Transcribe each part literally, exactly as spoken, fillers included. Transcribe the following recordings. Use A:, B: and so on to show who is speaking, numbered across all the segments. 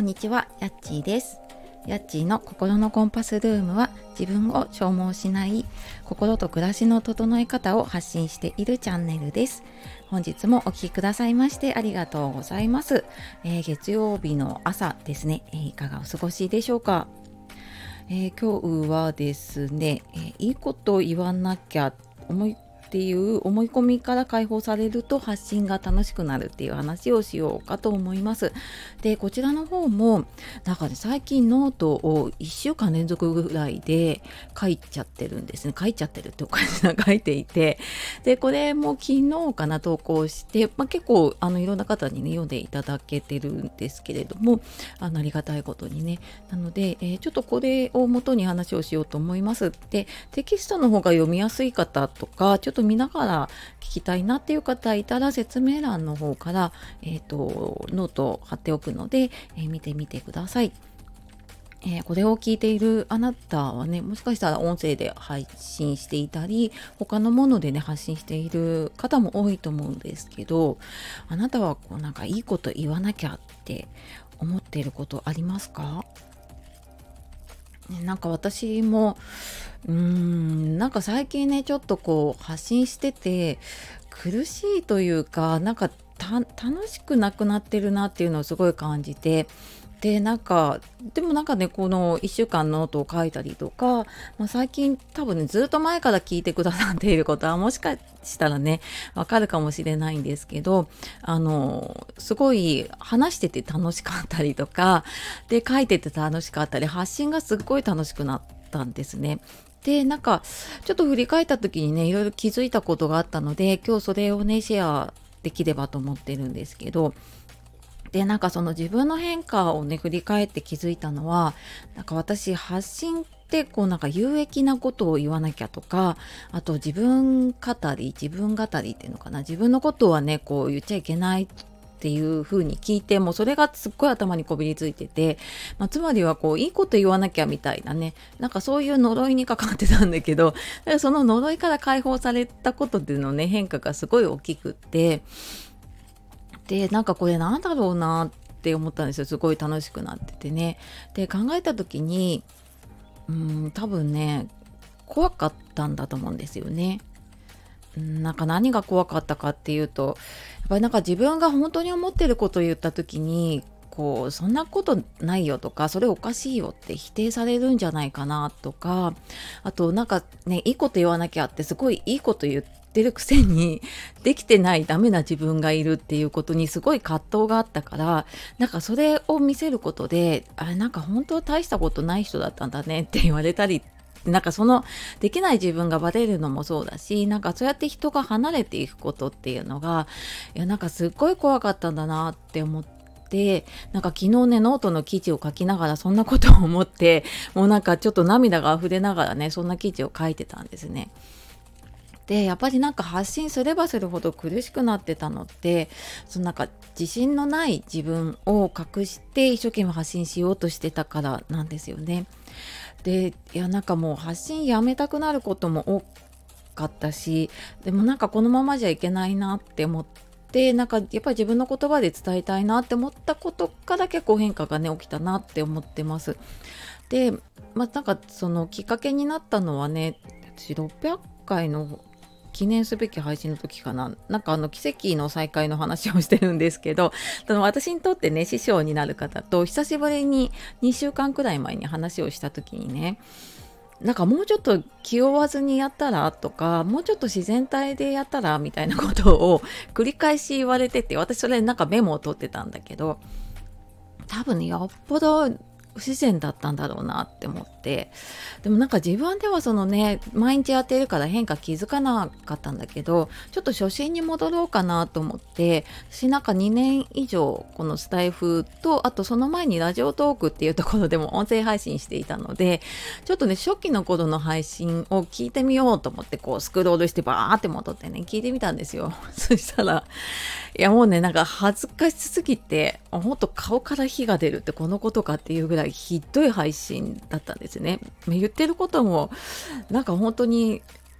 A: こんにちは、やっちーです。やっちーの心のコンパスルームは、自分を消耗しない心と暮らしの整え方を発信しているチャンネルです。本日もお聞きくださいましてありがとうございます。えー、月曜日の朝ですね、えー、いかがお過ごしでしょうか。えー、今日はですね、えーいいこと言わなきゃ思いっていう思い込みから解放されると発信が楽しくなるっていう話をしようかと思います。で、こちらの方もなんかね、最近ノートをいっしゅうかん連続ぐらいで書いちゃってるんですね。書いちゃってるっておかしいな、書いていて、でこれも昨日かな投稿して、まあ、結構あのいろんな方にね読んでいただけてるんですけれども、あのありがたいことにね。なので、えーちょっとこれを元に話をしようと思います。で、テキストの方が読みやすい方とか、ちょっと見ながら聞きたいなっていう方いたら、説明欄の方から、えっと、ノートを貼っておくので、えー見てみてください。えーこれを聞いているあなたはね、もしかしたら音声で配信していたり、他のものでね、発信している方も多いと思うんですけど、あなたはこうなんかいいこと言わなきゃって思っていることありますか？ね、なんか私もうーんなんか最近ねちょっとこう発信してて苦しいというか、なんかた楽しくなくなってるなっていうのをすごい感じて、でなんかでもなんかねこのいっしゅうかんノートを書いたりとか、まあ、最近多分ねずっと前から聞いてくださっていることはもしかしたらねわかるかもしれないんですけど、あのすごい話してて楽しかったりとかで書いてて楽しかったり、発信がすっごい楽しくなったんですね。でなんかちょっと振り返った時にねいろいろ気づいたことがあったので、今日それをねシェアできればと思ってるんですけど、でなんかその自分の変化をね振り返って気づいたのは、なんか私発信ってこうなんか有益なことを言わなきゃとか、あと自分語り自分語りっていうのかな、自分のことはねこう言っちゃいけないっていう風に聞いて、もうそれがすっごい頭にこびりついてて、まあ、つまりはこういいこと言わなきゃみたいなね、なんかそういう呪いにかかってたんだけど、だからその呪いから解放されたことっていうのね変化がすごい大きくって、でなんかこれなんだろうなって思ったんですよ。すごい楽しくなっててね。で考えた時にうーん多分ね怖かったんだと思うんですよね。うんなんか何が怖かったかっていうと、やっぱりなんか自分が本当に思ってることを言った時に、こうそんなことないよとか、それおかしいよって否定されるんじゃないかなとか、あとなんかねいいこと言わなきゃってすごいいいこと言ってるくせにできてないダメな自分がいるっていうことにすごい葛藤があったから、なんかそれを見せることで、あれなんか本当は大したことない人だったんだねって言われたり、なんかそのできない自分がバレるのもそうだし、なんかそうやって人が離れていくことっていうのが、いやなんかすっごい怖かったんだなって思って、なんか昨日ねノートの記事を書きながらそんなことを思って、もうなんかちょっと涙が溢れながらねそんな記事を書いてたんですね。でやっぱりなんか発信すればするほど苦しくなってたのって、そのなんか自信のない自分を隠して一生懸命発信しようとしてたからなんですよね。でいやなんかもう発信やめたくなることも多かったし、でもなんかこのままじゃいけないなって思って、なんかやっぱり自分の言葉で伝えたいなって思ったことから結構変化がね起きたなって思ってます。でまあなんかそのきっかけになったのはね、私ろっぴゃっかいの記念すべき配信の時かな、なんかあの奇跡の再会の話をしてるんですけど、その私にとってね師匠になる方と久しぶりににしゅうかんくらい前に話をした時にね、なんかもうちょっと気負わずにやったらとか、もうちょっと自然体でやったらみたいなことを繰り返し言われてて、私それなんかメモを取ってたんだけど、多分ねよっぽど不自然だったんだろうなって思って、でもなんか自分ではそのね毎日やってるから変化気づかなかったんだけど、ちょっと初心に戻ろうかなと思って、私なんかにねん以上このスタイフと、あとその前にラジオトークっていうところでも音声配信していたので、ちょっとね初期の頃の配信を聞いてみようと思って、こうスクロールしてバーって戻ってね聞いてみたんですよ。そしたらいやもうねなんか恥ずかしすぎて、ほんと顔から火が出るってこのことかっていうぐらいひどい配信だったんですね。言ってることもなんか本当に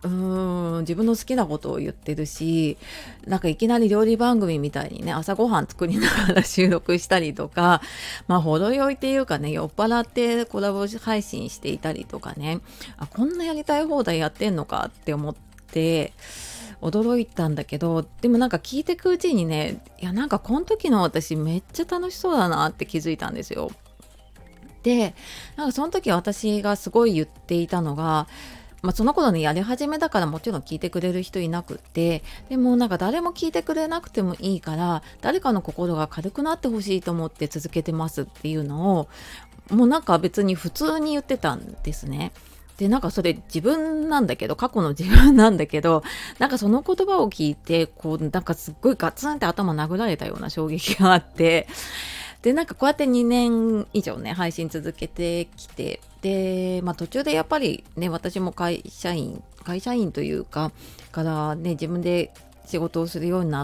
A: うーん自分の好きなことを言ってるし、なんかいきなり料理番組みたいにね朝ごはん作りながら収録したりとか、まあ程よいっていうかね、酔っ払ってコラボ配信していたりとかね、あこんなやりたい放題やってんのかって思って驚いたんだけど、でもなんか聞いてくうちにね、いやなんかこの時の私めっちゃ楽しそうだなって気づいたんですよ。で、なんかその時私がすごい言っていたのが、まあ、その頃ねやり始めだからもちろん聞いてくれる人いなくって、でもなんか誰も聞いてくれなくてもいいから誰かの心が軽くなってほしいと思って続けてますっていうのを、もうなんか別に普通に言ってたんですね。でなんかそれ自分なんだけど、過去の自分なんだけど、なんかその言葉を聞いてこうなんかすっごいガツンって頭殴られたような衝撃があって、でなんかこうやってにねん以上ね配信続けてきて、で、まあ、途中でやっぱりね私も会社員会社員というかからね自分で仕事をするようになって、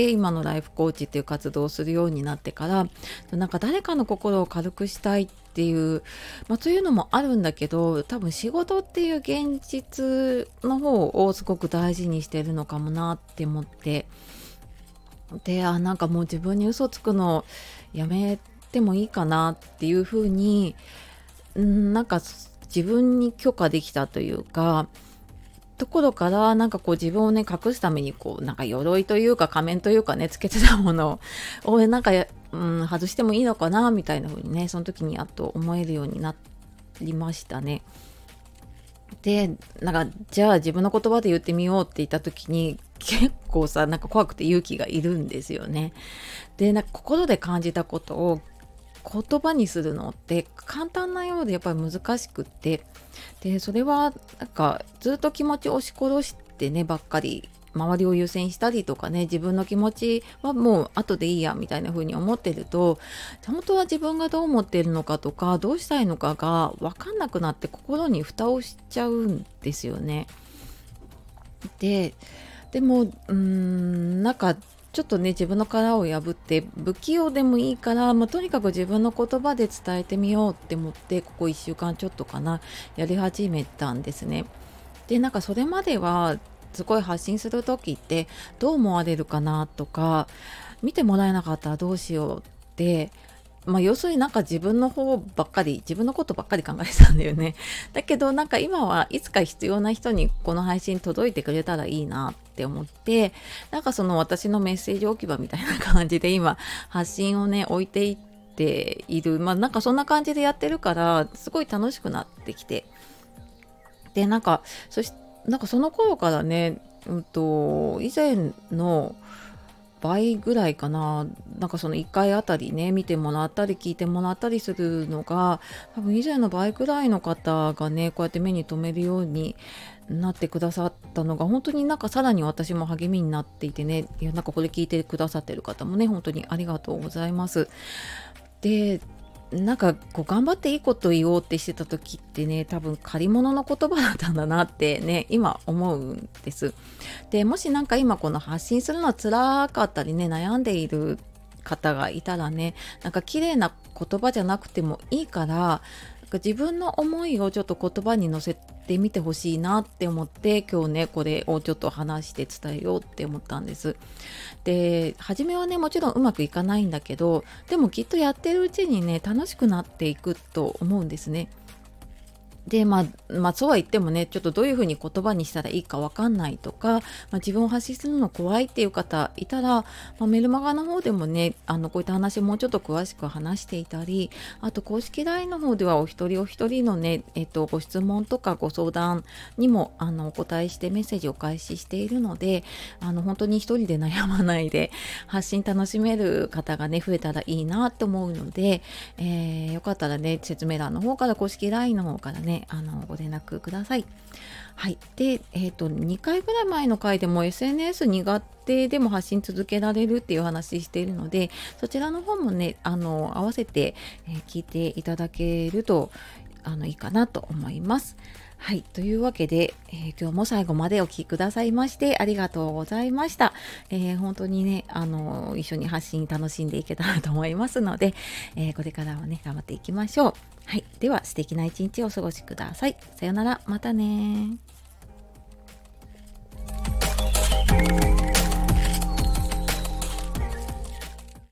A: 今のライフコーチっていう活動をするようになってから、なんか誰かの心を軽くしたいっていう、まあ、そういうのもあるんだけど、多分仕事っていう現実の方をすごく大事にしてるのかもなって思って、で、あ、なんかもう自分に嘘つくのやめてもいいかなっていう風に、ん、なんか自分に許可できたというか、ところから、なんかこう自分をね隠すためにこうなんか鎧というか仮面というかねつけてたものをなんか、うん、外してもいいのかなみたいな風にね、その時にやっと思えるようになりましたね。で、なんかじゃあ自分の言葉で言ってみようって言った時に結構さ、なんか怖くて勇気がいるんですよね。で、なんか心で感じたことを言葉にするのって簡単なようでやっぱり難しくって、でそれはなんかずっと気持ちを押し殺してねばっかり、周りを優先したりとかね、自分の気持ちはもう後でいいやみたいな風に思ってると、本当は自分がどう思っているのかとかどうしたいのかが分かんなくなって心に蓋をしちゃうんですよね。ででもうーんなんかちょっとね自分の殻を破って不器用でもいいから、まあ、とにかく自分の言葉で伝えてみようって思って、ここいっしゅうかんちょっとかなやり始めたんですね。でなんかそれまではすごい発信する時ってどう思われるかなとか、見てもらえなかったらどうしようって、まあ、要するになんか自分の方ばっかり自分のことばっかり考えてたんだよね。だけどなんか今はいつか必要な人にこの配信届いてくれたらいいなって思って、なんかその私のメッセージ置き場みたいな感じで今発信をね置いていっている、まあなんかそんな感じでやってるからすごい楽しくなってきて、でなんかそしなんかその頃からね、うんと以前の倍ぐらいかな、なんかそのいっかいあたりね見てもらったり聞いてもらったりするのが多分以前の倍ぐらいの方がねこうやって目に留めるようになってくださったのが、本当になんかさらに私も励みになっていてね、いやなんかこれ聞いてくださってる方もね本当にありがとうございます。でなんかこう頑張っていいこと言おうってしてた時ってね、多分借り物の言葉だったんだなってね今思うんです。でもしなんか今この発信するのは辛かったりね悩んでいる方がいたらね、なんか綺麗な言葉じゃなくてもいいから、なんか自分の思いをちょっと言葉に乗せてみてほしいなって思って、今日ねこれをちょっと話して伝えようって思ったんです。で初めはねもちろんうまくいかないんだけど、でもきっとやってるうちにね楽しくなっていくと思うんですね。で、まあ、まあ、そうは言ってもね、ちょっとどういうふうに言葉にしたらいいかわかんないとか、まあ、自分を発信するの怖いっていう方いたら、まあ、メルマガの方でもね、あの、こういった話もうちょっと詳しく話していたり、あと公式 ライン の方ではお一人お一人のね、えっと、ご質問とかご相談にも、あの、お答えしてメッセージを開始しているので、あの、本当に一人で悩まないで発信楽しめる方がね、増えたらいいなと思うので、えー、よかったらね、説明欄の方から公式 ライン の方からね、あのご連絡ください。はい。で、えっと、にかいぐらい前の回でも エスエヌエス 苦手でも発信続けられるっていう話しているので、そちらの方もね、あの、合わせて、えー聞いていただけると、あの、いいかなと思います。はい。というわけで、えー今日も最後までお聞きくださいましてありがとうございました。えー本当にね、あの、一緒に発信楽しんでいけたらと思いますので、えーこれからはね、頑張っていきましょう。はい。では、素敵な一日をお過ごしください。さよなら。またね。